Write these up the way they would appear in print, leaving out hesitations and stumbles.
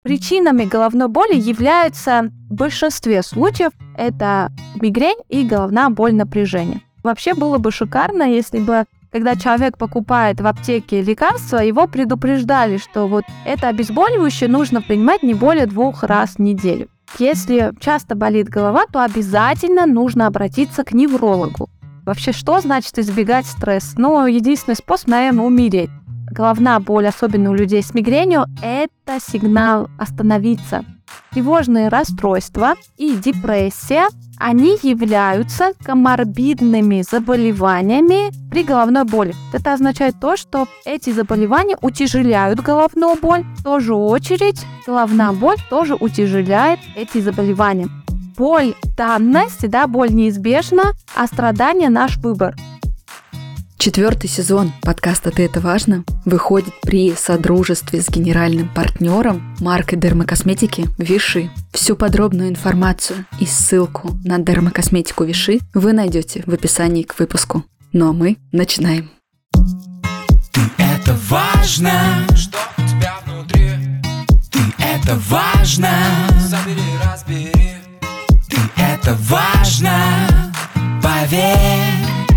Причинами головной боли являются в большинстве случаев это мигрень и головная боль напряжения. Вообще было бы шикарно, если бы, когда человек покупает в аптеке лекарства, его предупреждали, что вот это обезболивающее нужно принимать не более 2 раз в неделю. Если часто болит голова, то обязательно нужно обратиться к неврологу. Вообще, что значит избегать стресса? Единственный способ, наверное, умереть. Головная боль, особенно у людей с мигренью, это сигнал остановиться. Тревожные расстройства и депрессия, они являются коморбидными заболеваниями при головной боли. Это означает то, что эти заболевания утяжеляют головную боль. В ту же очередь, головная боль тоже утяжеляет эти заболевания. Боль – данность, боль неизбежна, а страдание – наш выбор. 4-й сезон подкаста «Ты это важно» выходит при содружестве с генеральным партнером маркой дермокосметики Vichy. Всю подробную информацию и ссылку на дермокосметику Vichy вы найдете в описании к выпуску. Ну а мы начинаем. Ты это важно, что у тебя внутри. Ты это важно, забери, разбери. Ты это важно, поверь.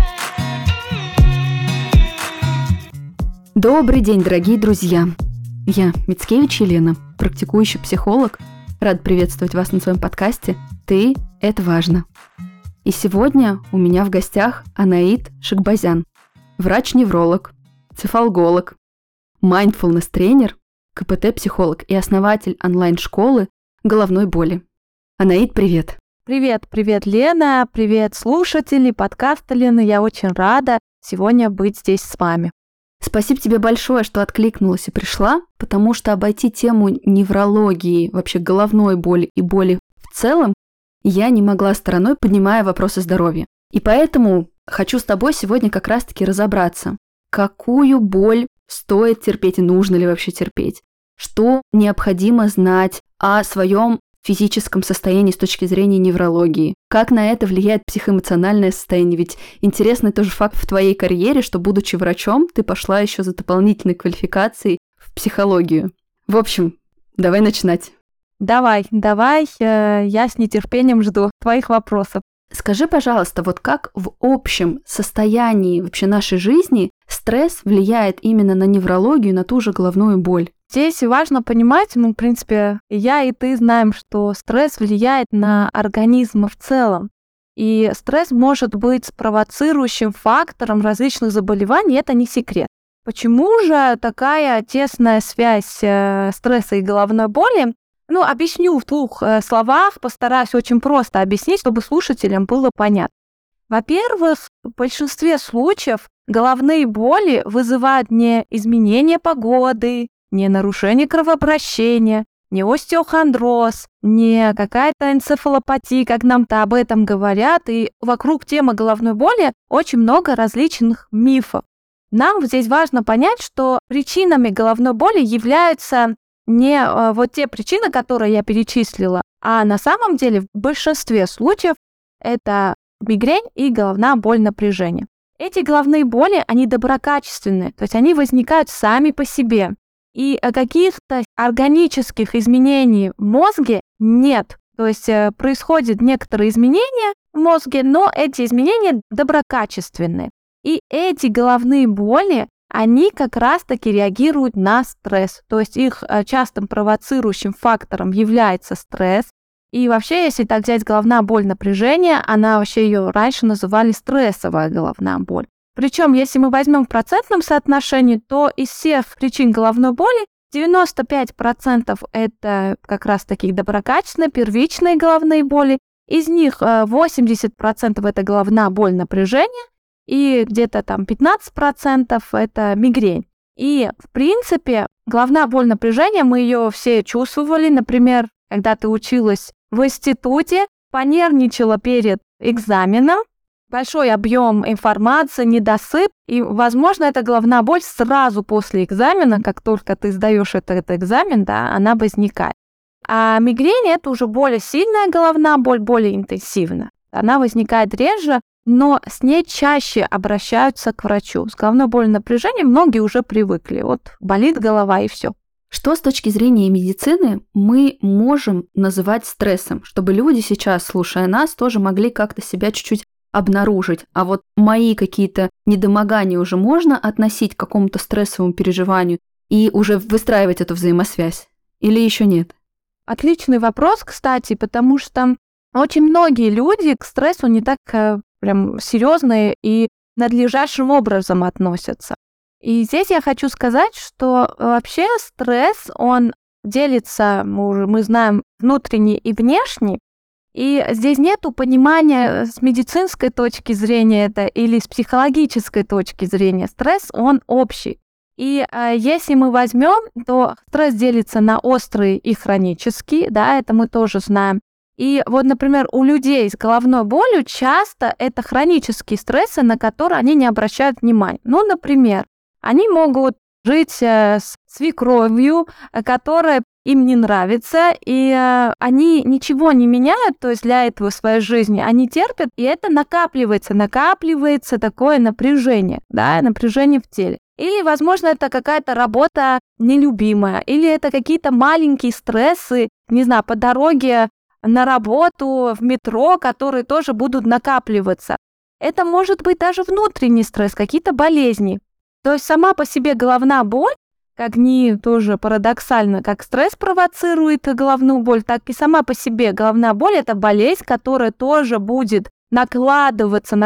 Добрый день, дорогие друзья! Я Мицкевич Елена, практикующий психолог. Рад приветствовать вас на своем подкасте «Ты – это важно». И сегодня у меня в гостях Анаит Шикбазян, врач-невролог, цефалголог, майндфулнес-тренер, КПТ-психолог и основатель онлайн-школы головной боли. Анаит, привет! Привет, Лена, привет, слушатели подкаста Лены. Я очень рада сегодня быть здесь с вами. Спасибо тебе большое, что откликнулась и пришла, потому что обойти тему неврологии, вообще головной боли и боли в целом я не могла стороной, поднимая вопросы здоровья. И поэтому хочу с тобой сегодня как раз-таки разобраться, какую боль стоит терпеть и нужно ли вообще терпеть, что необходимо знать о своем физическом состоянии с точки зрения неврологии, как на это влияет психоэмоциональное состояние. Ведь интересный тоже факт в твоей карьере, что, будучи врачом, ты пошла еще за дополнительной квалификацией в психологию. В общем, давай начинать. Давай, я с нетерпением жду твоих вопросов. Скажи, пожалуйста, вот как в общем состоянии вообще нашей жизни стресс влияет именно на неврологию, на ту же головную боль? Здесь важно понимать, в принципе, я и ты знаем, что стресс влияет на организм в целом. И стресс может быть спровоцирующим фактором различных заболеваний, это не секрет. Почему же такая тесная связь стресса и головной боли? Объясню в 2 словах, постараюсь очень просто объяснить, чтобы слушателям было понятно. Во-первых, в большинстве случаев головные боли вызывают не изменение погоды, не нарушение кровообращения, не остеохондроз, не какая-то энцефалопатия, как нам-то об этом говорят. И вокруг темы головной боли очень много различных мифов. Нам здесь важно понять, что причинами головной боли являются не вот те причины, которые я перечислила, а на самом деле в большинстве случаев это мигрень и головная боль напряжения. Эти головные боли, они доброкачественные, то есть они возникают сами по себе. И каких-то органических изменений в мозге нет. То есть происходят некоторые изменения в мозге, но эти изменения доброкачественные. И эти головные боли, они как раз-таки реагируют на стресс. То есть их частым провоцирующим фактором является стресс. И вообще, если так взять головная боль напряжения, ее раньше называли стрессовая головная боль. Причем, если мы возьмем в процентном соотношении, то из всех причин головной боли 95% это как раз таки доброкачественные, первичные головные боли. Из них 80% это головная боль напряжения, и где-то 15% это мигрень. И, в принципе, головная боль напряжения, мы ее все чувствовали. Например, когда ты училась в институте, понервничала перед экзаменом, большой объем информации, недосып, и, возможно, эта головная боль сразу после экзамена, как только ты сдаешь этот экзамен, она возникает. А мигрень – это уже более сильная головная боль, более интенсивная. Она возникает реже, но с ней чаще обращаются к врачу. С головной болью напряжения многие уже привыкли. Вот болит голова и все. Что с точки зрения медицины мы можем называть стрессом, чтобы люди сейчас, слушая нас, тоже могли как-то себя чуть-чуть обнаружить? А вот мои какие-то недомогания уже можно относить к какому-то стрессовому переживанию и уже выстраивать эту взаимосвязь? Или еще нет? Отличный вопрос, кстати, потому что очень многие люди к стрессу не так прям серьезно и надлежащим образом относятся. И здесь я хочу сказать, что вообще стресс, он делится, мы знаем, внутренний и внешний, и здесь нету понимания с медицинской точки зрения это или с психологической точки зрения. Стресс, он общий. И если мы возьмем, то стресс делится на острый и хронический, да, это мы тоже знаем. И вот, например, у людей с головной болью часто это хронические стрессы, на которые они не обращают внимания. Ну, например, они могут жить с свекровью, которая им не нравится, и они ничего не меняют, то есть для этого в своей жизни, они терпят, и это накапливается такое напряжение, да, напряжение в теле. Или, возможно, это какая-то работа нелюбимая, или это какие-то маленькие стрессы, не знаю, по дороге на работу, в метро, которые тоже будут накапливаться. Это может быть даже внутренний стресс, какие-то болезни. То есть сама по себе головная боль, как ни тоже парадоксально, как стресс провоцирует головную боль, так и сама по себе головная боль – это болезнь, которая тоже будет накладываться,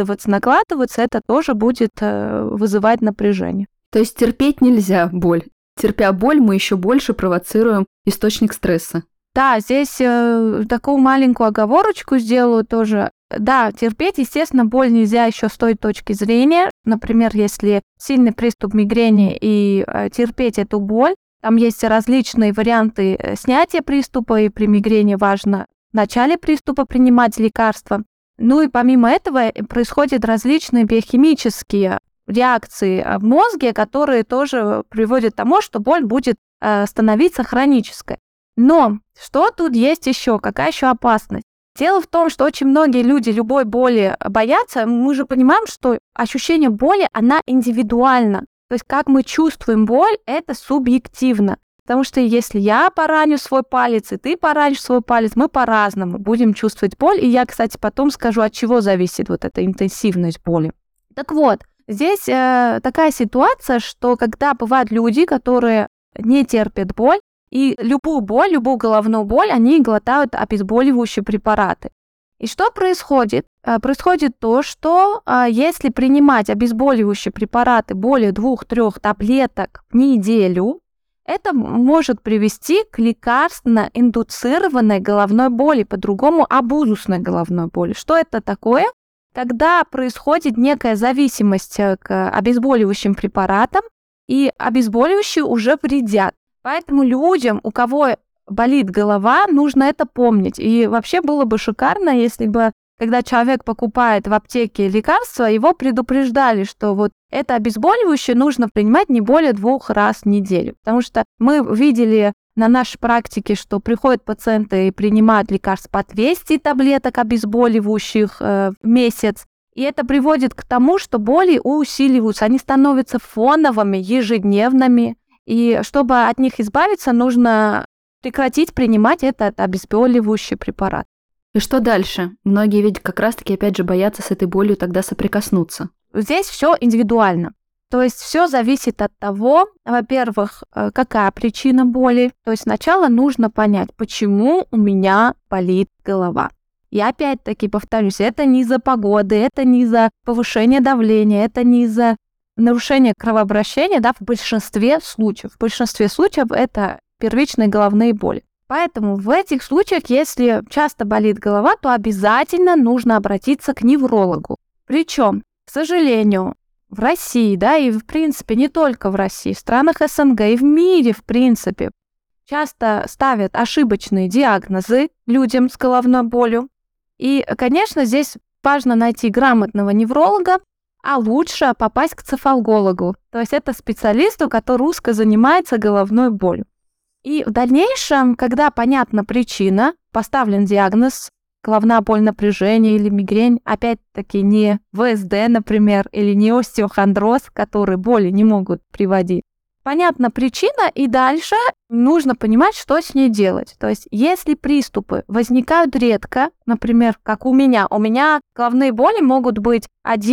это тоже будет вызывать напряжение. То есть терпеть нельзя боль. Терпя боль, мы еще больше провоцируем источник стресса. Да, здесь такую маленькую оговорочку сделаю тоже. Да, терпеть, естественно, боль нельзя еще с той точки зрения. Например, если сильный приступ мигрени и терпеть эту боль, там есть различные варианты снятия приступа, и при мигрени важно в начале приступа принимать лекарства. Ну и помимо этого происходят различные биохимические реакции в мозге, которые тоже приводят к тому, что боль будет становиться хронической. Но что тут есть еще? Какая еще опасность? Дело в том, что очень многие люди любой боли боятся. Мы же понимаем, что ощущение боли, она индивидуальна. То есть как мы чувствуем боль, это субъективно. Потому что если я пораню свой палец, и ты поранишь свой палец, мы по-разному будем чувствовать боль. И я, кстати, потом скажу, от чего зависит вот эта интенсивность боли. Так вот, здесь такая ситуация, что когда бывают люди, которые не терпят боль, и любую боль, любую головную боль, они глотают обезболивающие препараты. И что происходит? Происходит то, что если принимать обезболивающие препараты более 2-3 таблеток в неделю, это может привести к лекарственно-индуцированной головной боли, по-другому абузусной головной боли. Что это такое? Когда происходит некая зависимость к обезболивающим препаратам, и обезболивающие уже вредят. Поэтому людям, у кого болит голова, нужно это помнить. И вообще было бы шикарно, если бы, когда человек покупает в аптеке лекарства, его предупреждали, что вот это обезболивающее нужно принимать не более 2 раз в неделю. Потому что мы видели на нашей практике, что приходят пациенты и принимают лекарства по 200 таблеток обезболивающих в месяц. И это приводит к тому, что боли усиливаются, они становятся фоновыми, ежедневными. И чтобы от них избавиться, нужно прекратить принимать этот обезболивающий препарат. И что дальше? Многие ведь как раз-таки опять же боятся с этой болью тогда соприкоснуться. Здесь все индивидуально. То есть все зависит от того, во-первых, какая причина боли. То есть сначала нужно понять, почему у меня болит голова. И опять-таки повторюсь, это не из-за погоды, это не из-за повышения давления, это не из-за нарушения кровообращения, да, в большинстве случаев. В большинстве случаев это первичные головные боли. Поэтому в этих случаях, если часто болит голова, то обязательно нужно обратиться к неврологу. Причем, к сожалению, в России, да, и в принципе не только в России, в странах СНГ и в мире, в принципе, часто ставят ошибочные диагнозы людям с головной болью. И, конечно, здесь важно найти грамотного невролога, а лучше попасть к цефалгологу. То есть это специалисту, который узко занимается головной болью. И в дальнейшем, когда понятна причина, поставлен диагноз, головная боль, напряжение или мигрень, опять-таки не ВСД, например, или не остеохондроз, которые боли не могут приводить, понятна причина, и дальше нужно понимать, что с ней делать. То есть, если приступы возникают редко, например, как у меня головные боли могут быть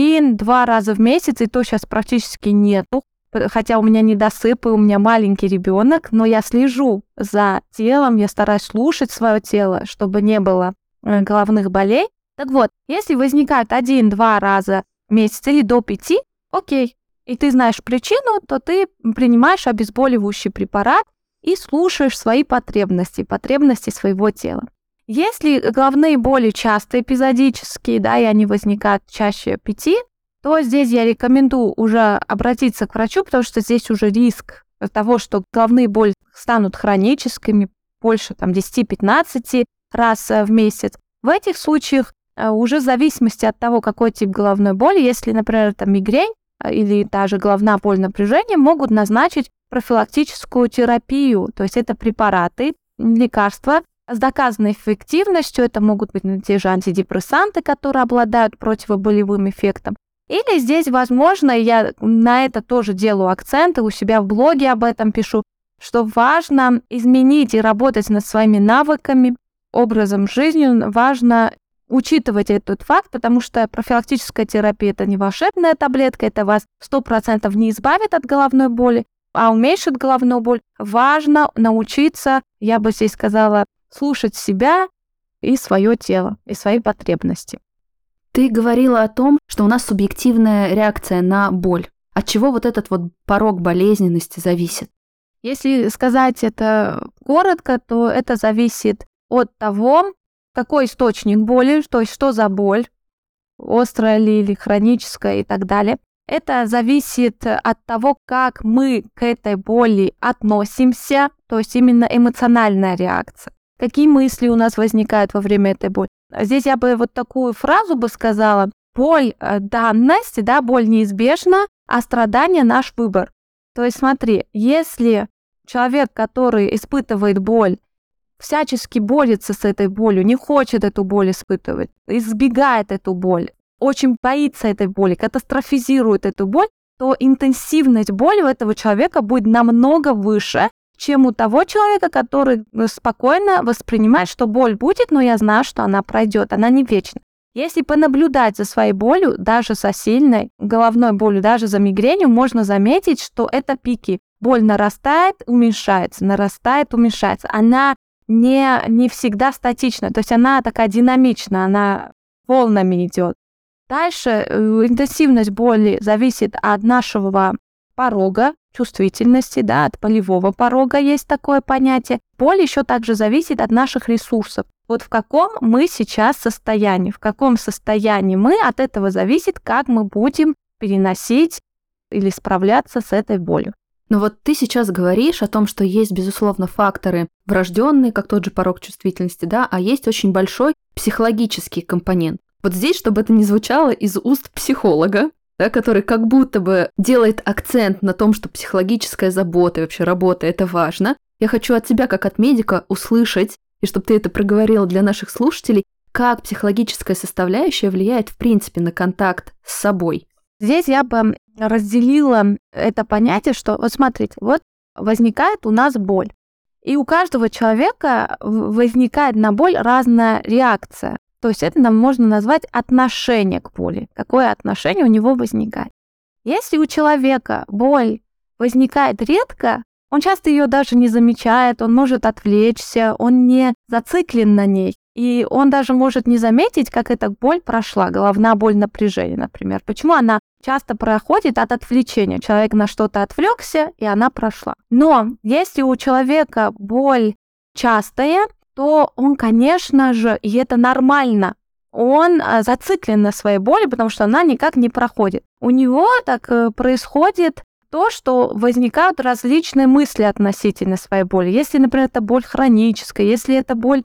1-2 раза в месяц, и то сейчас практически нету, хотя у меня недосыпы, у меня маленький ребенок, но я слежу за телом, я стараюсь слушать свое тело, чтобы не было головных болей. Так вот, если возникает 1-2 раза в месяц или до 5, окей, и ты знаешь причину, то ты принимаешь обезболивающий препарат и слушаешь свои потребности своего тела. Если головные боли часто эпизодические, да, и они возникают чаще 5, то здесь я рекомендую уже обратиться к врачу, потому что здесь уже риск того, что головные боли станут хроническими, больше 10-15 раз в месяц. В этих случаях уже в зависимости от того, какой тип головной боли, если, например, это мигрень или та же головная боль напряжения, могут назначить профилактическую терапию, то есть это препараты, лекарства с доказанной эффективностью, это могут быть те же антидепрессанты, которые обладают противоболевым эффектом. Или здесь, возможно, я на это тоже делаю акценты, у себя в блоге об этом пишу, что важно изменить и работать над своими навыками, образом жизни, важно учитывать этот факт, потому что профилактическая терапия – это не волшебная таблетка, это вас 100% не избавит от головной боли, а уменьшит головную боль. Важно научиться, я бы здесь сказала, слушать себя и свое тело, и свои потребности. Ты говорила о том, что у нас субъективная реакция на боль. От чего вот этот вот порог болезненности зависит? Если сказать это коротко, то это зависит от того, какой источник боли, то есть что за боль, острая ли или хроническая и так далее. Это зависит от того, как мы к этой боли относимся, то есть именно эмоциональная реакция. Какие мысли у нас возникают во время этой боли. Здесь я бы вот такую фразу бы сказала: боль данность, да, боль неизбежна, а страдание наш выбор. То есть смотри, если человек, который испытывает боль, всячески борется с этой болью, не хочет эту боль испытывать, избегает эту боль, очень боится этой боли, катастрофизирует эту боль, то интенсивность боли у этого человека будет намного выше, чем у того человека, который спокойно воспринимает, что боль будет, но я знаю, что она пройдет, она не вечна. Если понаблюдать за своей болью, даже со сильной головной болью, даже за мигренью, можно заметить, что это пики. Боль нарастает, уменьшается, нарастает, уменьшается. Она не всегда статична, то есть она такая динамичная, она волнами идет. Дальше интенсивность боли зависит от нашего порога чувствительности, да, от болевого порога есть такое понятие. Боль еще также зависит от наших ресурсов. Вот в каком мы сейчас состоянии, в каком состоянии мы, от этого зависит, как мы будем переносить или справляться с этой болью. Но вот ты сейчас говоришь о том, что есть, безусловно, факторы врожденные, как тот же порог чувствительности, да, а есть очень большой психологический компонент. Вот здесь, чтобы это не звучало из уст психолога, да, который как будто бы делает акцент на том, что психологическая забота и вообще работа – это важно, я хочу от тебя, как от медика, услышать, и чтобы ты это проговорила для наших слушателей, как психологическая составляющая влияет, в принципе, на контакт с собой. Здесь я бы разделила это понятие, что, вот смотрите, вот возникает у нас боль. И у каждого человека возникает на боль разная реакция. То есть это нам можно назвать отношение к боли. Какое отношение у него возникает. Если у человека боль возникает редко, он часто ее даже не замечает, он может отвлечься, он не зациклен на ней. И он даже может не заметить, как эта боль прошла, головная боль напряжения, например. Почему она часто проходит от отвлечения? Человек на что-то отвлекся, и она прошла. Но если у человека боль частая, то он, конечно же, и это нормально, он зациклен на своей боли, потому что она никак не проходит. У него так происходит то, что возникают различные мысли относительно своей боли. Если, например, это боль хроническая, если это боль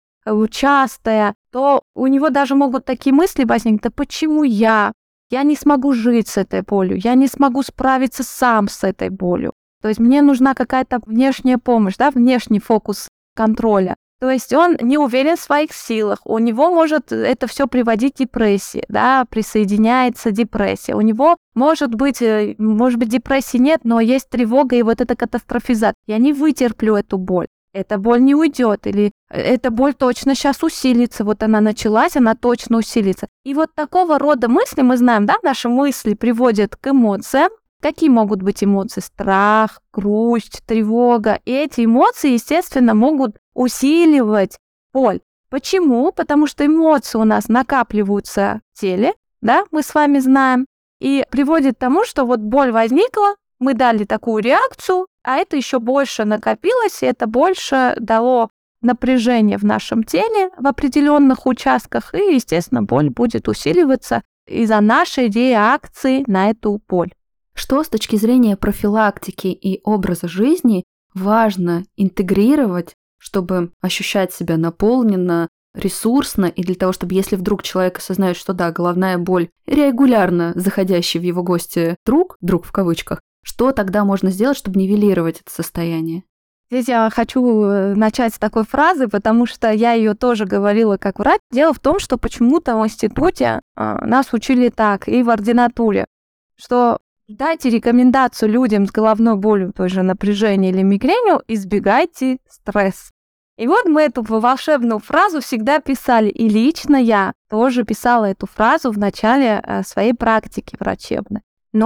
частая, то у него даже могут такие мысли возникнуть: да почему я не смогу жить с этой болью, я не смогу справиться сам с этой болью. То есть мне нужна какая-то внешняя помощь, да, внешний фокус контроля. То есть он не уверен в своих силах, у него может это все приводить к депрессии, да, присоединяется депрессия. У него может быть, депрессии нет, но есть тревога и вот эта катастрофизация. Я не вытерплю эту боль. Эта боль не уйдет, или эта боль точно сейчас усилится. Вот она началась, она точно усилится. И вот такого рода мысли, мы знаем, да, наши мысли приводят к эмоциям. Какие могут быть эмоции? Страх, грусть, тревога. И эти эмоции, естественно, могут усиливать боль. Почему? Потому что эмоции у нас накапливаются в теле, да, мы с вами знаем, и приводит к тому, что вот боль возникла, мы дали такую реакцию, а это еще больше накопилось, и это больше дало напряжение в нашем теле в определенных участках, и, естественно, боль будет усиливаться из-за нашей реакции на эту боль. Что с точки зрения профилактики и образа жизни важно интегрировать, чтобы ощущать себя наполненно, ресурсно, и для того, чтобы если вдруг человек осознает, что да, головная боль, регулярно заходящий в его гости друг в кавычках, что тогда можно сделать, чтобы нивелировать это состояние? Здесь я хочу начать с такой фразы, потому что я ее тоже говорила как врач. Дело в том, что почему-то в институте нас учили так, и в ординатуре, что дайте рекомендацию людям с головной болью, той же напряжение или мигренью, избегайте стресс. И вот мы эту волшебную фразу всегда писали. И лично я тоже писала эту фразу в начале своей практики врачебной.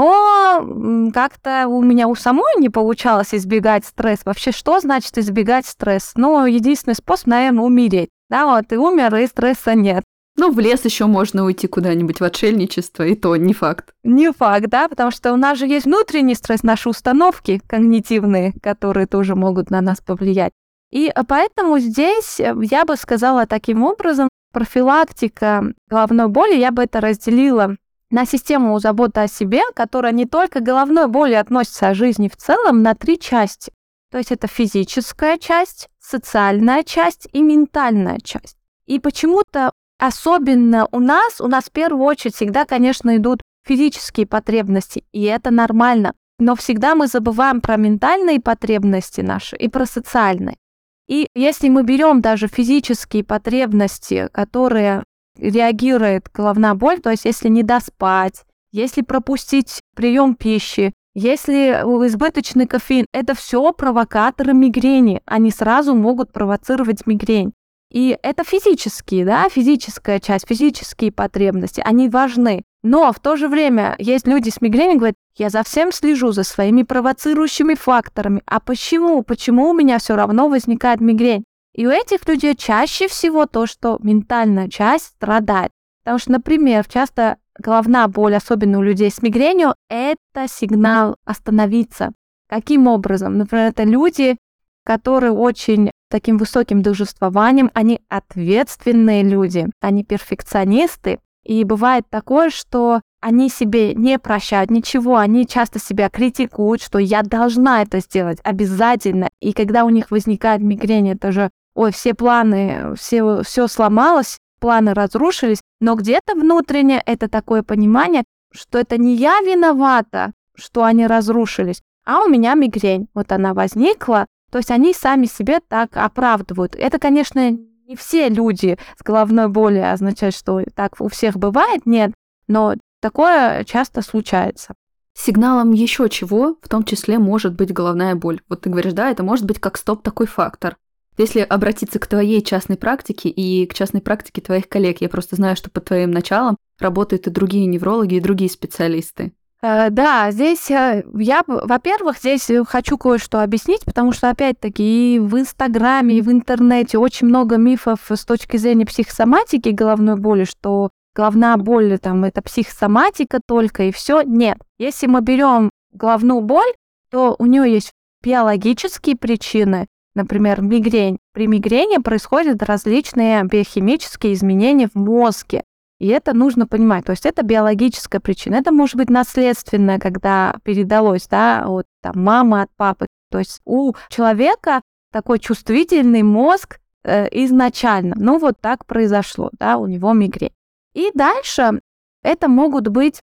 Но как-то у меня у самой не получалось избегать стресс. Вообще, что значит избегать стресс? Ну, единственный способ, наверное, умереть. Да, вот ты умер, и стресса нет. Ну, в лес еще можно уйти куда-нибудь в отшельничество, и то не факт. Не факт, да, потому что у нас же есть внутренний стресс, наши установки когнитивные, которые тоже могут на нас повлиять. И поэтому здесь я бы сказала таким образом, профилактика головной боли, я бы это разделила на систему заботы о себе, которая не только к головной боли относится, а жизни в целом, на 3 части. То есть это физическая часть, социальная часть и ментальная часть. И почему-то особенно у нас в первую очередь всегда, конечно, идут физические потребности, и это нормально. Но всегда мы забываем про ментальные потребности наши и про социальные. И если мы берем даже физические потребности, которые реагирует головная боль, то есть если не доспать, если пропустить прием пищи, если избыточный кофеин, это все провокаторы мигрени, они сразу могут провоцировать мигрень. И это физические, да, физическая часть, физические потребности, они важны. Но в то же время есть люди с мигренью, говорят, я за всем слежу, за своими провоцирующими факторами. А почему? Почему у меня все равно возникает мигрень? И у этих людей чаще всего то, что ментальная часть страдает. Потому что, например, часто головная боль, особенно у людей с мигренью, это сигнал остановиться. Каким образом? Например, это люди, которые очень таким высоким должествованием, они ответственные люди, они перфекционисты. И бывает такое, что они себе не прощают ничего, они часто себя критикуют, что я должна это сделать обязательно. И когда у них возникает мигрень, это же, все планы, все сломалось, планы разрушились, но где-то внутренне это такое понимание, что это не я виновата, что они разрушились, а у меня мигрень. Вот она возникла, то есть они сами себе так оправдывают. Это, конечно, не все люди с головной болью означает, что так у всех бывает, нет, но такое часто случается. Сигналом еще чего, в том числе, может быть головная боль. Вот ты говоришь, да, это может быть как стоп такой фактор. Если обратиться к твоей частной практике и к частной практике твоих коллег, я просто знаю, что под твоим началом работают и другие неврологи, и другие специалисты. Да, здесь я, во-первых, здесь хочу кое-что объяснить, потому что, опять-таки, и в Инстаграме, и в интернете очень много мифов с точки зрения психосоматики головной боли, что головная боль там, это психосоматика только, и все. Нет. Если мы берем головную боль, то у нее есть биологические причины, например, мигрень. При мигрени происходят различные биохимические изменения в мозге. И это нужно понимать. То есть это биологическая причина. Это может быть наследственная, когда передалось, да, от там, мамы, от папы. То есть у человека такой чувствительный мозг изначально. Ну, вот так произошло, да, у него мигрень. И дальше это могут быть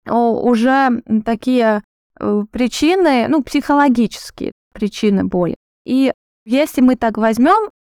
уже такие причины, психологические причины боли. И если мы так возьмем,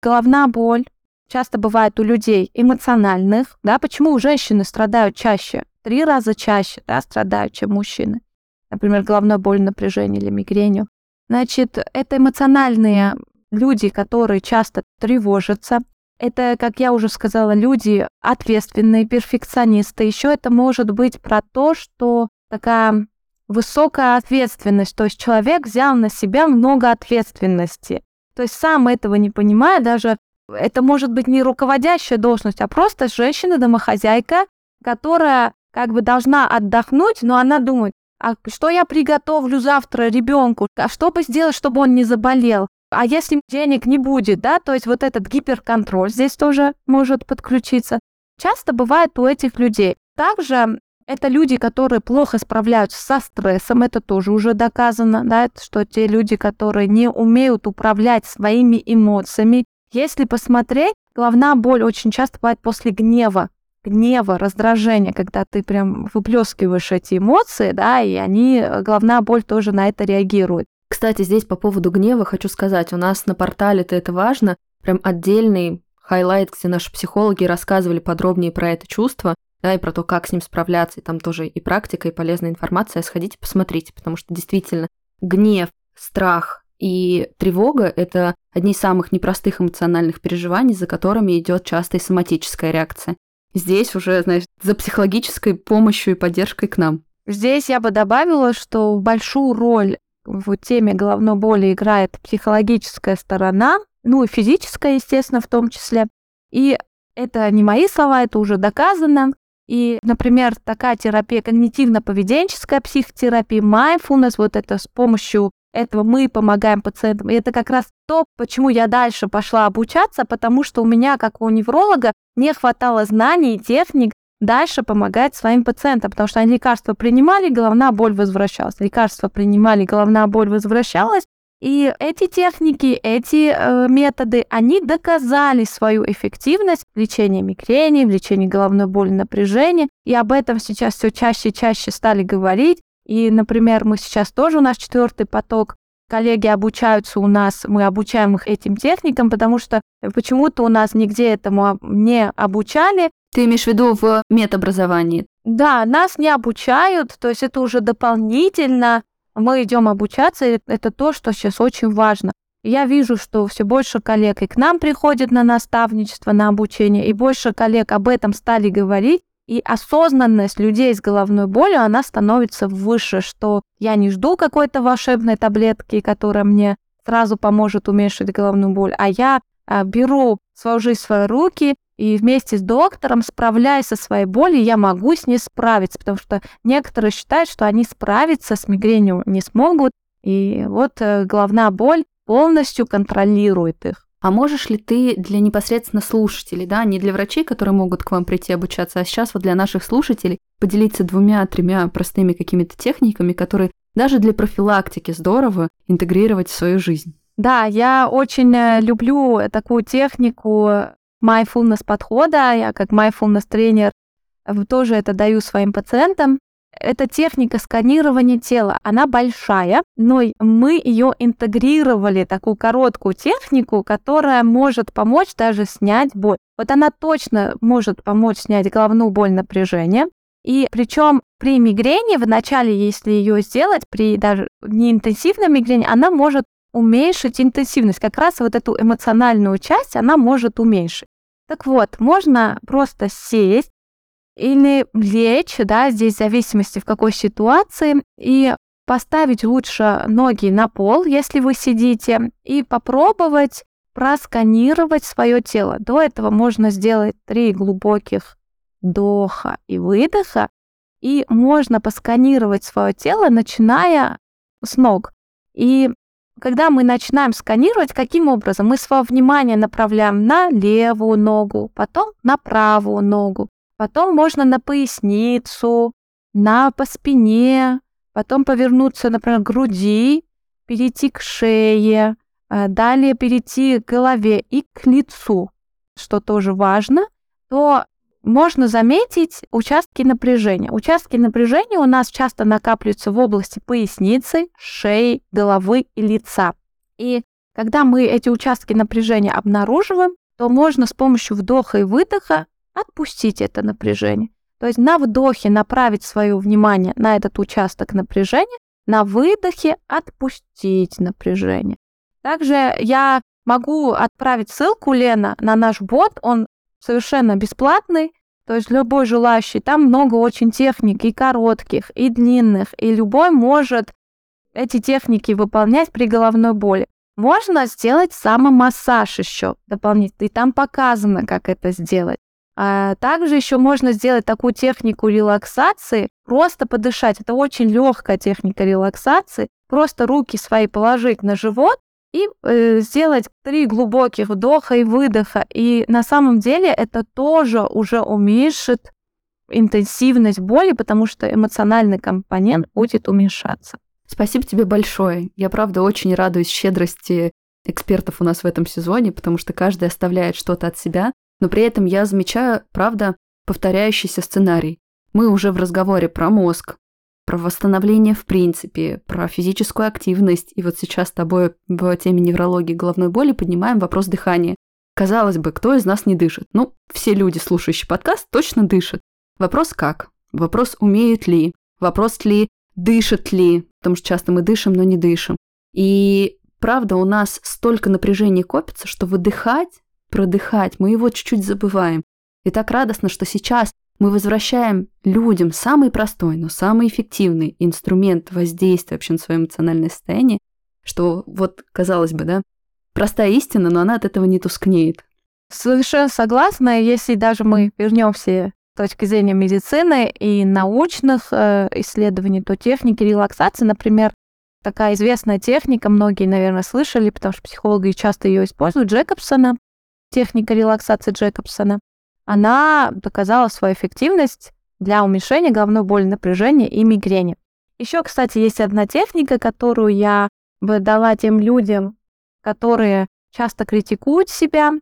головная боль часто бывает у людей эмоциональных, да, почему женщины страдают чаще, 3 раза чаще, да, страдают, чем мужчины, например, головной болью, напряжением или мигренью. Значит, это эмоциональные люди, которые часто тревожатся. Это, как я уже сказала, люди ответственные, перфекционисты. Еще это может быть про то, что такая высокая ответственность, то есть человек взял на себя много ответственности. То есть сам этого не понимая, даже это может быть не руководящая должность, а просто женщина-домохозяйка, которая как бы должна отдохнуть, но она думает, а что я приготовлю завтра ребенку, а что бы сделать, чтобы он не заболел, а если денег не будет, да, то есть вот этот гиперконтроль здесь тоже может подключиться. Часто бывает у этих людей. Также это люди, которые плохо справляются со стрессом, это тоже уже доказано, да, что те люди, которые не умеют управлять своими эмоциями. Если посмотреть, головная боль очень часто бывает после гнева, раздражения, когда ты прям выплескиваешь эти эмоции, да, и головная боль тоже на это реагирует. Кстати, здесь по поводу гнева хочу сказать, у нас на портале-то это важно, прям отдельный хайлайт, где наши психологи рассказывали подробнее про это чувство, да, и про то, как с ним справляться, и там тоже и практика, и полезная информация, сходите, посмотрите, потому что действительно гнев, страх и тревога – это одни из самых непростых эмоциональных переживаний, за которыми идет часто и соматическая реакция. Здесь уже, знаешь, за психологической помощью и поддержкой к нам. Здесь я бы добавила, что большую роль в теме головной боли играет психологическая сторона, ну и физическая, естественно, в том числе. И это не мои слова, это уже доказано. И, например, такая терапия, когнитивно-поведенческая психотерапия, mindfulness, вот это с помощью этого мы помогаем пациентам. И это как раз то, почему я дальше пошла обучаться, потому что у меня, как у невролога, не хватало знаний и техник дальше помогать своим пациентам, потому что они лекарства принимали, головная боль возвращалась. Лекарства принимали, головная боль возвращалась. И эти техники, эти методы, они доказали свою эффективность в лечении мигрени, в лечении головной боли, напряжения. И об этом сейчас все чаще и чаще стали говорить. И, например, мы сейчас тоже, у нас 4-й поток, коллеги обучаются у нас, мы обучаем их этим техникам, потому что почему-то у нас нигде этому не обучали. Ты имеешь в виду в медобразовании? Да, нас не обучают, то есть это уже дополнительно. Мы идем обучаться, и это то, что сейчас очень важно. Я вижу, что все больше коллег и к нам приходят на наставничество, на обучение, и больше коллег об этом стали говорить. И осознанность людей с головной болью, она становится выше, что я не жду какой-то волшебной таблетки, которая мне сразу поможет уменьшить головную боль, а я беру свою жизнь в свои руки и вместе с доктором справляюсь со своей болью, я могу с ней справиться, потому что некоторые считают, что они справиться с мигренью не смогут, и вот головная боль полностью контролирует их. А можешь ли ты для непосредственно слушателей, да, не для врачей, которые могут к вам прийти обучаться, а сейчас вот для наших слушателей поделиться 2-3 простыми какими-то техниками, которые даже для профилактики здорово интегрировать в свою жизнь? Да, я очень люблю такую технику mindfulness подхода. Я как mindfulness тренер тоже это даю своим пациентам. Это техника сканирования тела. Она большая, но мы ее интегрировали, такую короткую технику, которая может помочь даже снять боль. Вот она точно может помочь снять головную боль, напряжение. И причем при мигрени, в начале, если ее сделать, при даже неинтенсивной мигрени, она может уменьшить интенсивность. Как раз вот эту эмоциональную часть она может уменьшить. Так вот, можно просто сесть или лечь, да, здесь в зависимости в какой ситуации, и поставить лучше ноги на пол, если вы сидите, и попробовать просканировать свое тело. До этого можно сделать 3 глубоких вдоха и выдоха, и можно посканировать свое тело, начиная с ног. И когда мы начинаем сканировать, каким образом? Мы свое внимание направляем на левую ногу, потом на правую ногу, потом можно на поясницу, по спине, потом повернуться, например, к груди, перейти к шее, далее перейти к голове и к лицу, что тоже важно, то можно заметить участки напряжения. Участки напряжения у нас часто накапливаются в области поясницы, шеи, головы и лица. И Когда мы эти участки напряжения обнаруживаем, то можно с помощью вдоха и выдоха отпустить это напряжение. То есть на вдохе направить свое внимание на этот участок напряжения, на выдохе отпустить напряжение. Также я могу отправить ссылку, Лена, на наш бот, он совершенно бесплатный, то есть любой желающий, там много очень техник, и коротких, и длинных, и любой может эти техники выполнять при головной боли. Можно сделать самомассаж еще дополнительно, и там показано, как это сделать. А также еще можно сделать такую технику релаксации, просто подышать. Это очень легкая техника релаксации. Просто руки свои положить на живот и сделать 3 глубоких вдоха и выдоха. И на самом деле это тоже уже уменьшит интенсивность боли, потому что эмоциональный компонент будет уменьшаться. Спасибо тебе большое. Я, правда, очень радуюсь щедрости экспертов у нас в этом сезоне, потому что каждый оставляет что-то от себя. Но при этом я замечаю, правда, повторяющийся сценарий. Мы уже в разговоре про мозг, про восстановление в принципе, про физическую активность. И вот сейчас с тобой в теме неврологии головной боли поднимаем вопрос дыхания. Казалось бы, кто из нас не дышит? Ну, все люди, слушающие подкаст, точно дышат. Вопрос как? Вопрос умеют ли? Вопрос ли дышат ли? Потому что часто мы дышим, но не дышим. И правда, у нас столько напряжения копится, что выдыхать, продыхать, мы его чуть-чуть забываем. И так радостно, что сейчас мы возвращаем людям самый простой, но самый эффективный инструмент воздействия вообще на свое эмоциональное состояние, что вот, казалось бы, да, простая истина, но она от этого не тускнеет. Совершенно согласна. Если даже мы вернемся с точки зрения медицины и научных исследований, то техники релаксации, например, такая известная техника, многие, наверное, слышали, потому что психологи часто ее используют, Джейкобсона, техника релаксации Джейкобсона, она доказала свою эффективность для уменьшения головной боли, напряжения и мигрени. Еще, кстати, есть одна техника, которую я бы дала тем людям, которые часто критикуют себя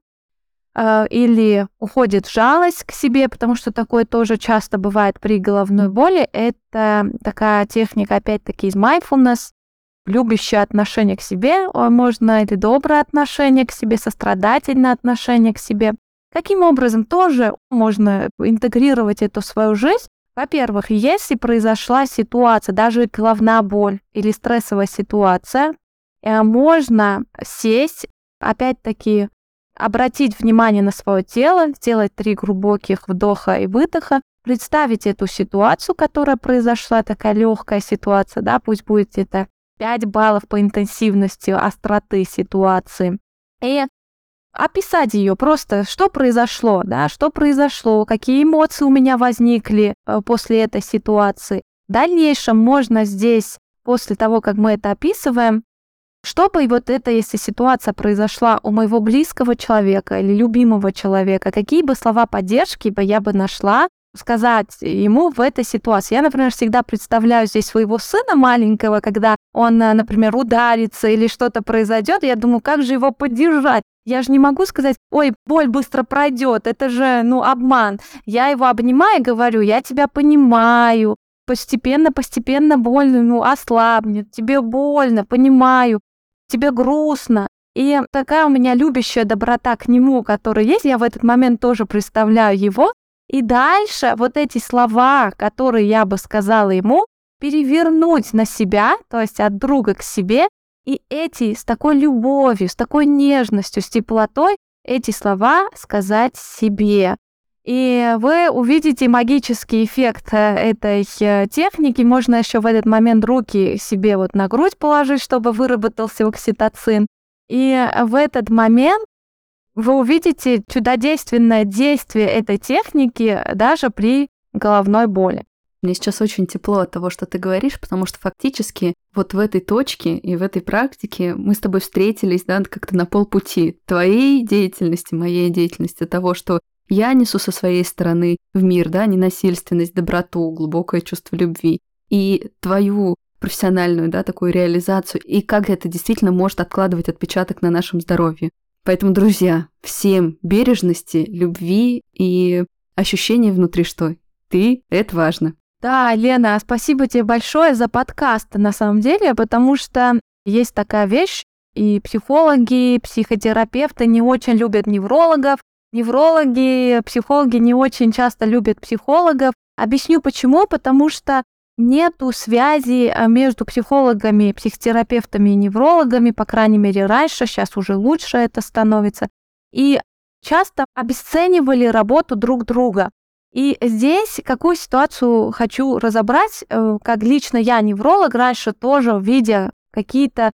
или уходит в жалость к себе, потому что такое тоже часто бывает при головной боли. Это такая техника, опять-таки, из mindfulness, любящее отношение к себе, можно это доброе отношение к себе, сострадательное отношение к себе. Каким образом тоже можно интегрировать это в свою жизнь? Во-первых, если произошла ситуация, даже головная боль или стрессовая ситуация, можно сесть, опять-таки, обратить внимание на свое тело, сделать 3 глубоких вдоха и выдоха, представить эту ситуацию, которая произошла, такая легкая ситуация, да, пусть будет это 5 баллов по интенсивности остроты ситуации, и описать ее просто, что произошло, да, что произошло, какие эмоции у меня возникли после этой ситуации. В дальнейшем можно здесь, после того, как мы это описываем, чтобы вот это, если ситуация произошла у моего близкого человека или любимого человека, какие бы слова поддержки бы я бы нашла, сказать ему в этой ситуации. Я, например, всегда представляю здесь своего сына маленького, когда он, например, ударится или что-то произойдет, я думаю, как же его поддержать? Я же не могу сказать, ой, боль быстро пройдет, это же, обман. Я его обнимаю и говорю, я тебя понимаю, постепенно боль, ослабнет, тебе больно, понимаю, тебе грустно. И такая у меня любящая доброта к нему, которая есть, я в этот момент тоже представляю его. И дальше вот эти слова, которые я бы сказала ему, перевернуть на себя, то есть от друга к себе, и эти с такой любовью, с такой нежностью, с теплотой, эти слова сказать себе. И вы увидите магический эффект этой техники. Можно еще в этот момент руки себе вот на грудь положить, чтобы выработался окситоцин. И в этот момент вы увидите чудодейственное действие этой техники даже при головной боли. Мне сейчас очень тепло от того, что ты говоришь, потому что фактически вот в этой точке и в этой практике мы с тобой встретились, да, как-то на полпути твоей деятельности, моей деятельности, того, что я несу со своей стороны в мир, да, ненасильственность, доброту, глубокое чувство любви, и твою профессиональную, да, такую реализацию, и как это действительно может откладывать отпечаток на нашем здоровье. Поэтому, друзья, всем бережности, любви и ощущения внутри, что ты — это важно. Да, Лена, спасибо тебе большое за подкаст, на самом деле, потому что есть такая вещь, и психологи, психотерапевты не очень любят неврологов, неврологи, психологи не очень часто любят психологов. Объясню почему. Потому что нету связи между психологами, психотерапевтами и неврологами, по крайней мере, раньше, сейчас уже лучше это становится. И часто обесценивали работу друг друга. И здесь какую ситуацию хочу разобрать, как лично я, невролог, раньше тоже, видя какие-то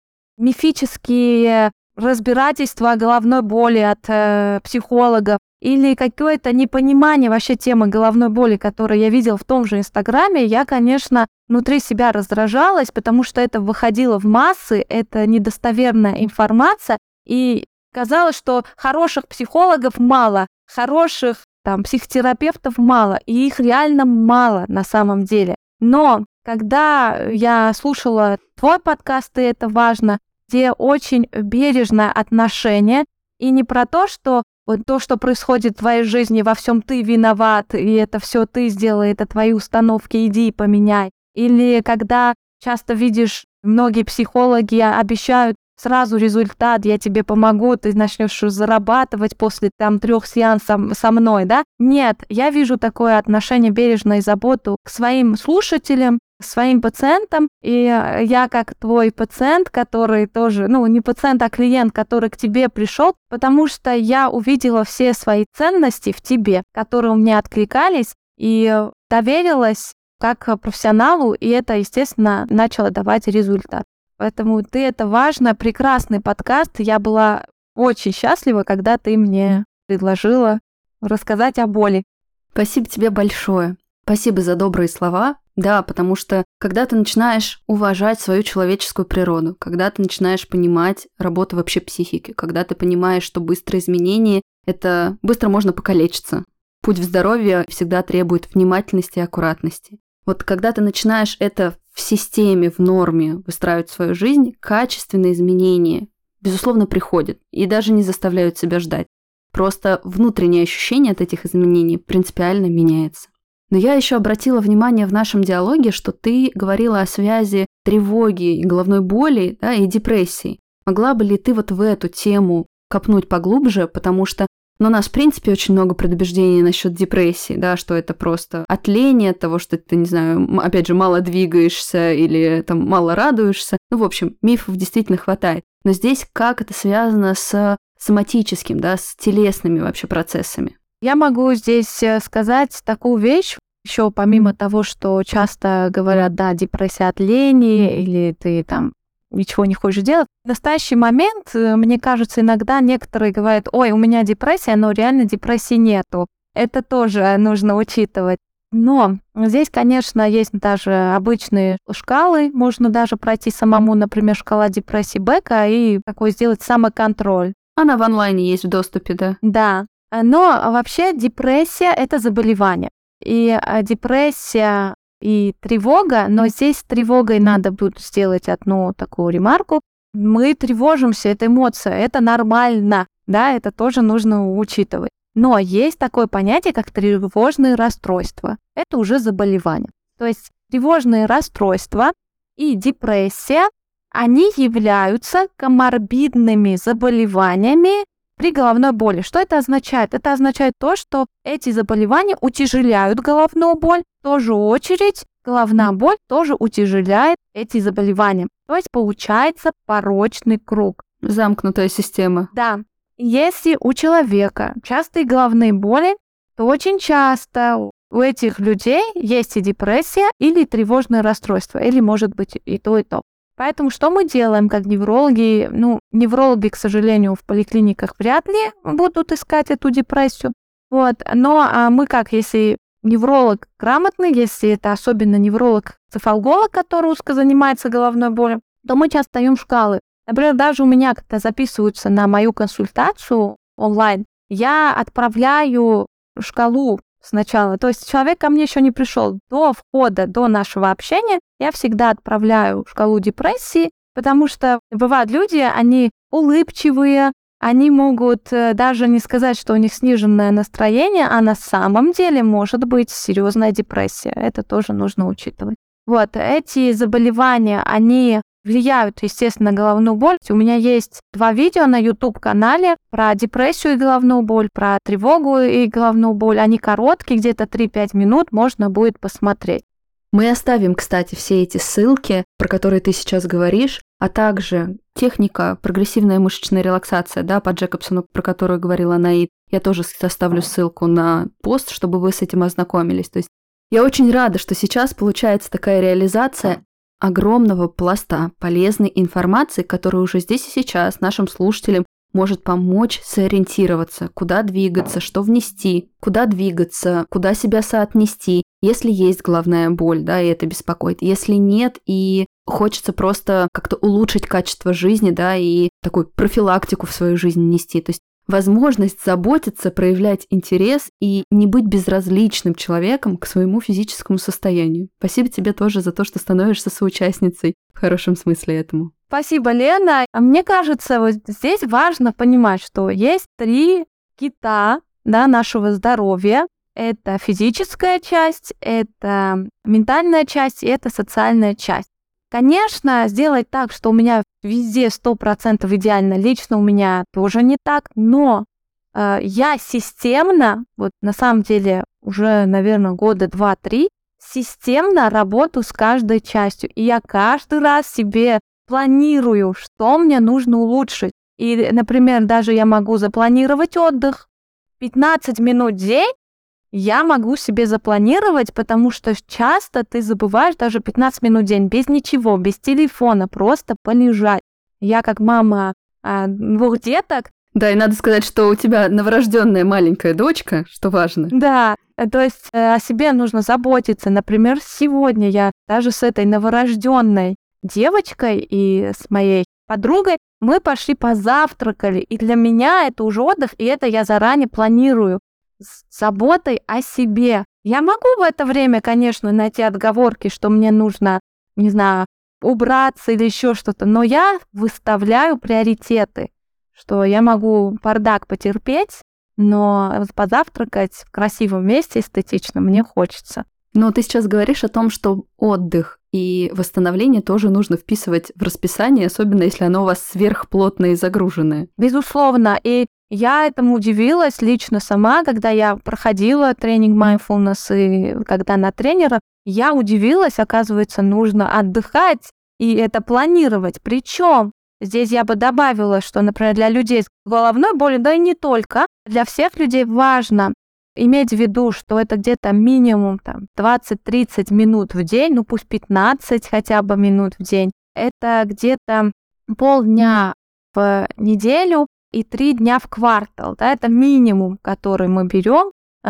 мифические разбирательства головной боли от психологов или какое-то непонимание вообще темы головной боли, которое я видела в том же Инстаграме, я, конечно, внутри себя раздражалась, потому что это выходило в массы, это недостоверная информация, и казалось, что хороших психологов мало, хороших психотерапевтов мало, и их реально мало на самом деле. Но когда я слушала твой подкаст, и это важно, где очень бережное отношение, и не про то, что вот то, что происходит в твоей жизни, во всем ты виноват, и это все ты сделал, это твои установки, иди и поменяй. Или когда часто видишь, многие психологи обещают сразу результат, я тебе помогу, ты начнешь зарабатывать после 3 сеансов со мной, да? Нет, я вижу такое отношение бережное и заботу к своим слушателям, к своим пациентам, и я как твой пациент, который тоже, не пациент, а клиент, который к тебе пришел, потому что я увидела все свои ценности в тебе, которые у меня откликались, и доверилась как профессионалу, и это, естественно, начало давать результат. Поэтому это важно, прекрасный подкаст. Я была очень счастлива, когда ты мне предложила рассказать о боли. Спасибо тебе большое. Спасибо за добрые слова. Да, потому что когда ты начинаешь уважать свою человеческую природу, когда ты начинаешь понимать работу вообще психики, когда ты понимаешь, что быстрые изменения – это быстро можно покалечиться. Путь в здоровье всегда требует внимательности и аккуратности. Вот когда ты начинаешь это в системе, в норме выстраивать свою жизнь, качественные изменения, безусловно, приходят и даже не заставляют себя ждать. Просто внутреннее ощущение от этих изменений принципиально меняется. Но я еще обратила внимание в нашем диалоге, что ты говорила о связи тревоги и головной боли, да, и депрессии. Могла бы ли ты вот в эту тему копнуть поглубже, потому что у нас, в принципе, очень много предубеждений насчет депрессии, да, что это просто от лени, от того, что ты, не знаю, опять же, мало двигаешься или мало радуешься. В общем, мифов действительно хватает. Но здесь как это связано с соматическим, да, с телесными вообще процессами? Я могу здесь сказать такую вещь, еще помимо того, что часто говорят, да, депрессия от лени, или ты ничего не хочешь делать. В настоящий момент, мне кажется, иногда некоторые говорят, ой, у меня депрессия, но реально депрессии нету. Это тоже нужно учитывать. Но здесь, конечно, есть даже обычные шкалы, можно даже пройти самому, например, шкала депрессии Бека и такой сделать самоконтроль. Она в онлайне есть в доступе, да? Да, но вообще депрессия – это заболевание. И депрессия и тревога, но здесь с тревогой надо будет сделать одну такую ремарку. Мы тревожимся, это эмоция, это нормально, да, это тоже нужно учитывать. Но есть такое понятие, как тревожные расстройства. Это уже заболевание. То есть тревожные расстройства и депрессия, они являются коморбидными заболеваниями при головной боли. Что это означает? Это означает то, что эти заболевания утяжеляют головную боль. В ту же очередь, головная боль тоже утяжеляет эти заболевания. То есть получается порочный круг. Замкнутая система. Да. Если у человека частые головные боли, то очень часто у этих людей есть и депрессия, или тревожное расстройство, или, может быть, и то, и то. Поэтому что мы делаем как неврологи? Неврологи, к сожалению, в поликлиниках вряд ли будут искать эту депрессию. Но мы если невролог грамотный, если это особенно невролог-цефалголог, который узко занимается головной болью, то мы часто даем шкалы. Например, даже у меня, когда записываются на мою консультацию онлайн, я отправляю шкалу сначала. То есть человек ко мне еще не пришел. До входа, до нашего общения я всегда отправляю шкалу депрессии, потому что бывают люди, они улыбчивые, они могут даже не сказать, что у них сниженное настроение, а на самом деле может быть серьезная депрессия. Это тоже нужно учитывать. Эти заболевания, они влияют, естественно, на головную боль. У меня есть 2 видео на YouTube-канале про депрессию и головную боль, про тревогу и головную боль. Они короткие, где-то 3-5 минут, можно будет посмотреть. Мы оставим, кстати, все эти ссылки, про которые ты сейчас говоришь, а также техника прогрессивная мышечная релаксация, да, по Джейкобсону, про которую говорила Наид. Я тоже оставлю ссылку на пост, чтобы вы с этим ознакомились. То есть я очень рада, что сейчас получается такая реализация огромного пласта полезной информации, которая уже здесь и сейчас нашим слушателям может помочь сориентироваться, куда двигаться, что внести, куда двигаться, куда себя соотнести, если есть головная боль, да, и это беспокоит. Если нет, и хочется просто как-то улучшить качество жизни, да, и такую профилактику в свою жизнь нести. То есть возможность заботиться, проявлять интерес и не быть безразличным человеком к своему физическому состоянию. Спасибо тебе тоже за то, что становишься соучастницей в хорошем смысле этому. Спасибо, Лена. Мне кажется, вот здесь важно понимать, что есть 3 кита, да, нашего здоровья. Это физическая часть, это ментальная часть и это социальная часть. Конечно, сделать так, что у меня везде 100% идеально, лично у меня тоже не так, но я системно, вот на самом деле уже, наверное, года 2-3, системно работаю с каждой частью. И я каждый раз себе планирую, что мне нужно улучшить. И, например, даже я могу запланировать отдых. 15 минут в день я могу себе запланировать, потому что часто ты забываешь даже 15 минут в день без ничего, без телефона, просто полежать. Я как мама 2 деток. Да, и надо сказать, что у тебя новорожденная маленькая дочка, что важно. Да, то есть о себе нужно заботиться. Например, сегодня я даже с этой новорожденной девочкой и с моей подругой мы пошли позавтракали. И для меня это уже отдых, и это я заранее планирую с заботой о себе. Я могу в это время, конечно, найти отговорки, что мне нужно, не знаю, убраться или еще что-то, но я выставляю приоритеты, что я могу бардак потерпеть, но позавтракать в красивом месте, эстетично, мне хочется. Но ты сейчас говоришь о том, что отдых и восстановление тоже нужно вписывать в расписание, особенно если оно у вас сверхплотное и загруженное. Безусловно, и я этому удивилась лично сама, когда я проходила тренинг mindfulness, и когда на тренера, я удивилась, оказывается, нужно отдыхать и это планировать. Причем здесь я бы добавила, что, например, для людей с головной болью, да и не только, для всех людей важно иметь в виду, что это где-то минимум 20-30 минут в день, ну пусть 15 хотя бы минут в день. Это где-то полдня в неделю и 3 дня в квартал. Да, это минимум, который мы берем.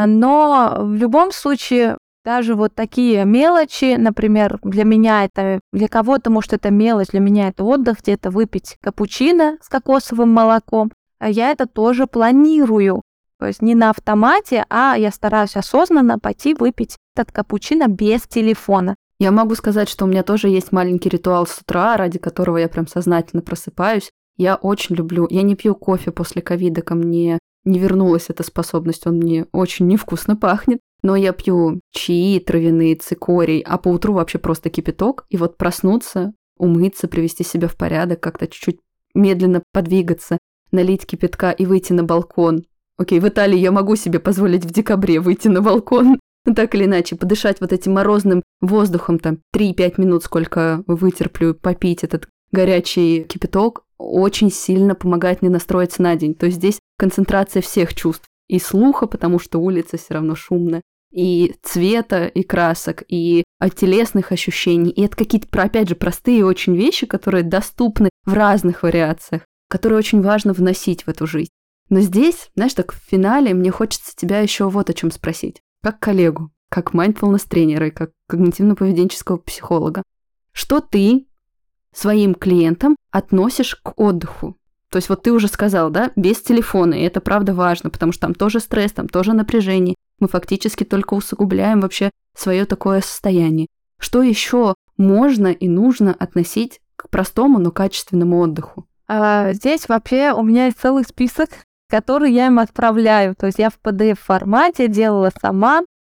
Но в любом случае, даже вот такие мелочи, например, для меня это, для кого-то, может, это мелочь, для меня это отдых, где-то выпить капучино с кокосовым молоком. Я это тоже планирую. То есть не на автомате, а я стараюсь осознанно пойти выпить этот капучино без телефона. Я могу сказать, что у меня тоже есть маленький ритуал с утра, ради которого я прям сознательно просыпаюсь. Я очень люблю, я не пью кофе после ковида, ко мне не вернулась эта способность, он мне очень невкусно пахнет. Но я пью чаи травяные, цикорий, а поутру вообще просто кипяток. И вот проснуться, умыться, привести себя в порядок, как-то чуть-чуть медленно подвигаться, налить кипятка и выйти на балкон. Окей, в Италии я могу себе позволить в декабре выйти на балкон, так или иначе, подышать вот этим морозным воздухом, 3-5 минут, сколько вытерплю, попить этот горячий кипяток, очень сильно помогает мне настроиться на день. То есть здесь концентрация всех чувств. И слуха, потому что улица все равно шумная, и цвета, и красок, и телесных ощущений. И это какие-то, опять же, простые очень вещи, которые доступны в разных вариациях, которые очень важно вносить в эту жизнь. Но здесь, знаешь, так в финале мне хочется тебя еще вот о чем спросить. Как коллегу, как mindfulness-тренера и как когнитивно-поведенческого психолога. Что ты своим клиентам относишь к отдыху? То есть вот ты уже сказал, да, без телефона, и это правда важно, потому что там тоже стресс, там тоже напряжение. Мы фактически только усугубляем вообще свое такое состояние. Что еще можно и нужно относить к простому, но качественному отдыху? Здесь вообще у меня есть целый список, который я им отправляю. То есть я в PDF-формате делала сама,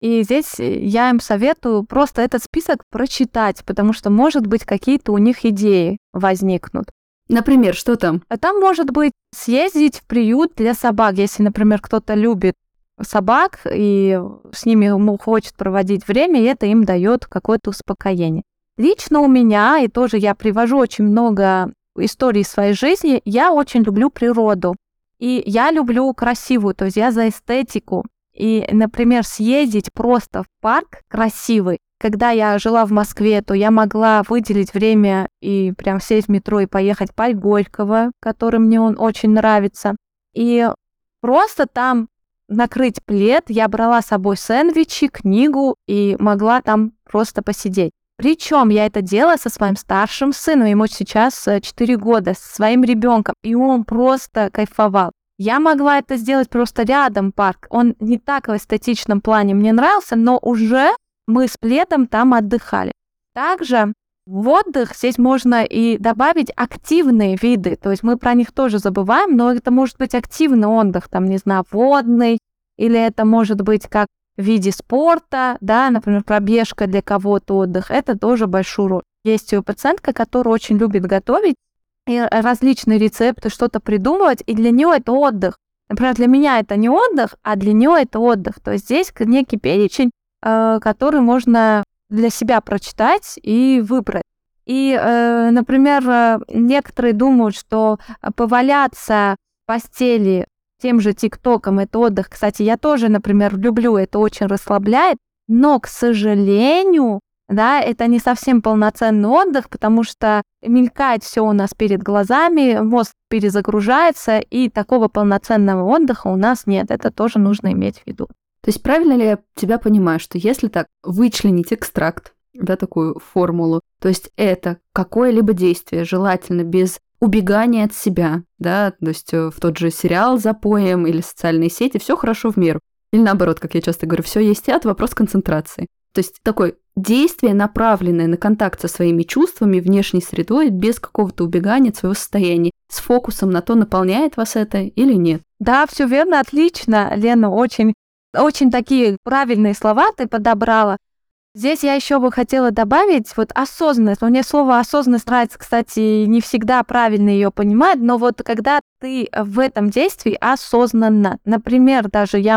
И здесь я им советую просто этот список прочитать, потому что, может быть, какие-то у них идеи возникнут. Например, что там? А там может быть съездить в приют для собак, если, например, кто-то любит собак и с ними хочет проводить время, и это им дает какое-то успокоение. Лично у меня, и тоже я привожу очень много историй своей жизни, я очень люблю природу. И я люблю красивую, то есть я за эстетику. И, например, съездить просто в парк красивый. Когда я жила в Москве, то я могла выделить время и прям сесть в метро и поехать в парк Горького, который мне он очень нравится. И просто там накрыть плед, я брала с собой сэндвичи, книгу и могла там просто посидеть. Причем я это делала со своим старшим сыном, ему сейчас 4 года, со своим ребенком, и он просто кайфовал. Я могла это сделать просто рядом парк. Он не так в эстетичном плане мне нравился, но уже мы с пледом там отдыхали. Также в отдых здесь можно и добавить активные виды, то есть мы про них тоже забываем, но это может быть активный отдых, там, не знаю, водный, или это может быть как в виде спорта, да, например, пробежка для кого-то отдых, это тоже большую роль. Есть пациентка, которая очень любит готовить, и различные рецепты, что-то придумывать, и для нее это отдых. Например, для меня это не отдых, а для нее это отдых. То есть здесь некий перечень, который можно для себя прочитать и выбрать. И, например, некоторые думают, что поваляться в постели тем же ТикТоком это отдых. Кстати, я тоже, например, люблю, это очень расслабляет, но, к сожалению, да, это не совсем полноценный отдых, потому что мелькает все у нас перед глазами, мозг перезагружается, и такого полноценного отдыха у нас нет. Это тоже нужно иметь в виду. То есть правильно ли я тебя понимаю, что если так вычленить экстракт, да, такую формулу, то есть это какое-либо действие, желательно без убегания от себя, да, то есть в тот же сериал запоем или социальные сети, все хорошо в меру. Или наоборот, как я часто говорю, все есть яд, вопрос концентрации. То есть такое действие, направленное на контакт со своими чувствами, внешней средой, без какого-то убегания от своего состояния, с фокусом на то, наполняет вас это или нет. Да, все верно, отлично, Лена, очень такие правильные слова ты подобрала. Здесь я еще бы хотела добавить вот осознанность. Мне слово осознанность нравится, кстати, не всегда правильно ее понимать, но вот когда ты в этом действии осознанно, например, даже я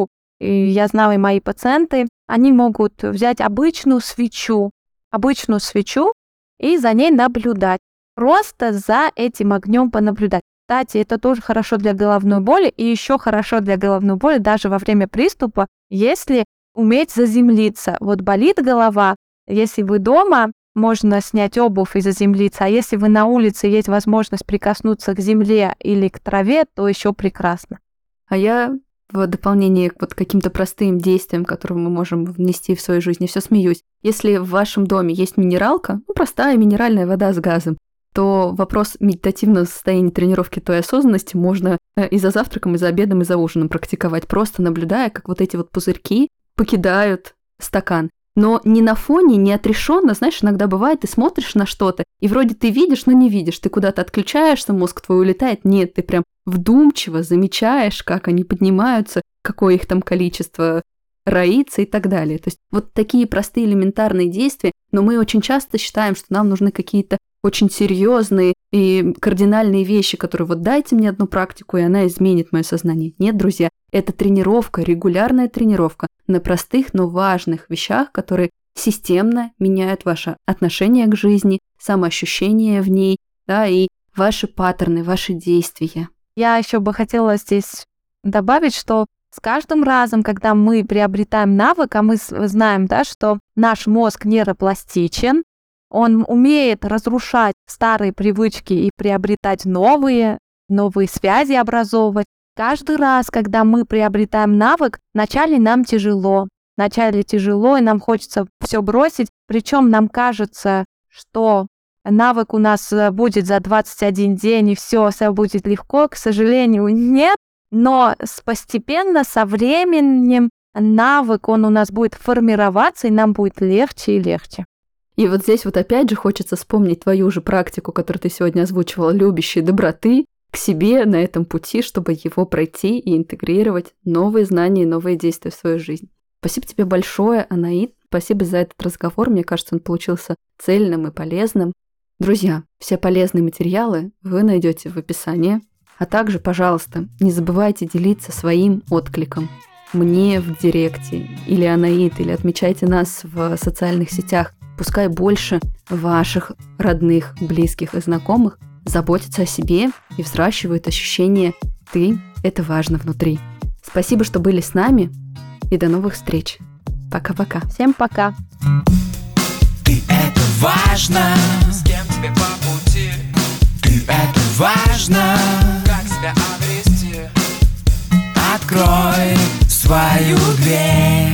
знаю и мои пациенты, они могут взять обычную свечу и за ней наблюдать. Просто за этим огнем понаблюдать. Кстати, это тоже хорошо для головной боли, и еще хорошо для головной боли даже во время приступа, если уметь заземлиться. Вот болит голова, если вы дома, можно снять обувь и заземлиться, а если вы на улице, есть возможность прикоснуться к земле или к траве, то еще прекрасно. А я в дополнение к вот каким-то простым действиям, которые мы можем внести в свою жизнь, я все смеюсь. Если в вашем доме есть минералка, простая минеральная вода с газом, то вопрос медитативного состояния тренировки той осознанности можно и за завтраком, и за обедом, и за ужином практиковать, просто наблюдая, как вот эти вот пузырьки покидают стакан. Но не на фоне, не отрешенно, знаешь, иногда бывает, ты смотришь на что-то, и вроде ты видишь, но не видишь, ты куда-то отключаешься, мозг твой улетает. Нет, ты прям вдумчиво замечаешь, как они поднимаются, какое их там количество роится и так далее. То есть вот такие простые элементарные действия, но мы очень часто считаем, что нам нужны какие-то очень серьезные и кардинальные вещи, которые вот дайте мне одну практику, и она изменит мое сознание. Нет, друзья, это тренировка, регулярная тренировка на простых, но важных вещах, которые системно меняют ваше отношение к жизни, самоощущение в ней, да, и ваши паттерны, ваши действия. Я еще бы хотела здесь добавить, что с каждым разом, когда мы приобретаем навык, а мы знаем, да, что наш мозг нейропластичен, он умеет разрушать старые привычки и приобретать новые связи образовывать. Каждый раз, когда мы приобретаем навык, вначале нам тяжело, и нам хочется все бросить, причем нам кажется, что навык у нас будет за 21 день, и все будет легко. К сожалению, нет, но постепенно, со временем, навык, он у нас будет формироваться, и нам будет легче и легче. И вот здесь вот опять же хочется вспомнить твою же практику, которую ты сегодня озвучивала, любящей доброты к себе на этом пути, чтобы его пройти и интегрировать новые знания и новые действия в свою жизнь. Спасибо тебе большое, Анаит. Спасибо за этот разговор. Мне кажется, он получился цельным и полезным. Друзья, все полезные материалы вы найдете в описании. А также, пожалуйста, не забывайте делиться своим откликом мне в директе или Анаит, или отмечайте нас в социальных сетях. Пускай больше ваших родных, близких и знакомых заботятся о себе и взращивают ощущение «ты» — это важно внутри. Спасибо, что были с нами, и до новых встреч. Пока-пока. Всем пока. Ты это важно, с кем тебе по пути. Ты это важно, как себя обрести. Открой свою дверь.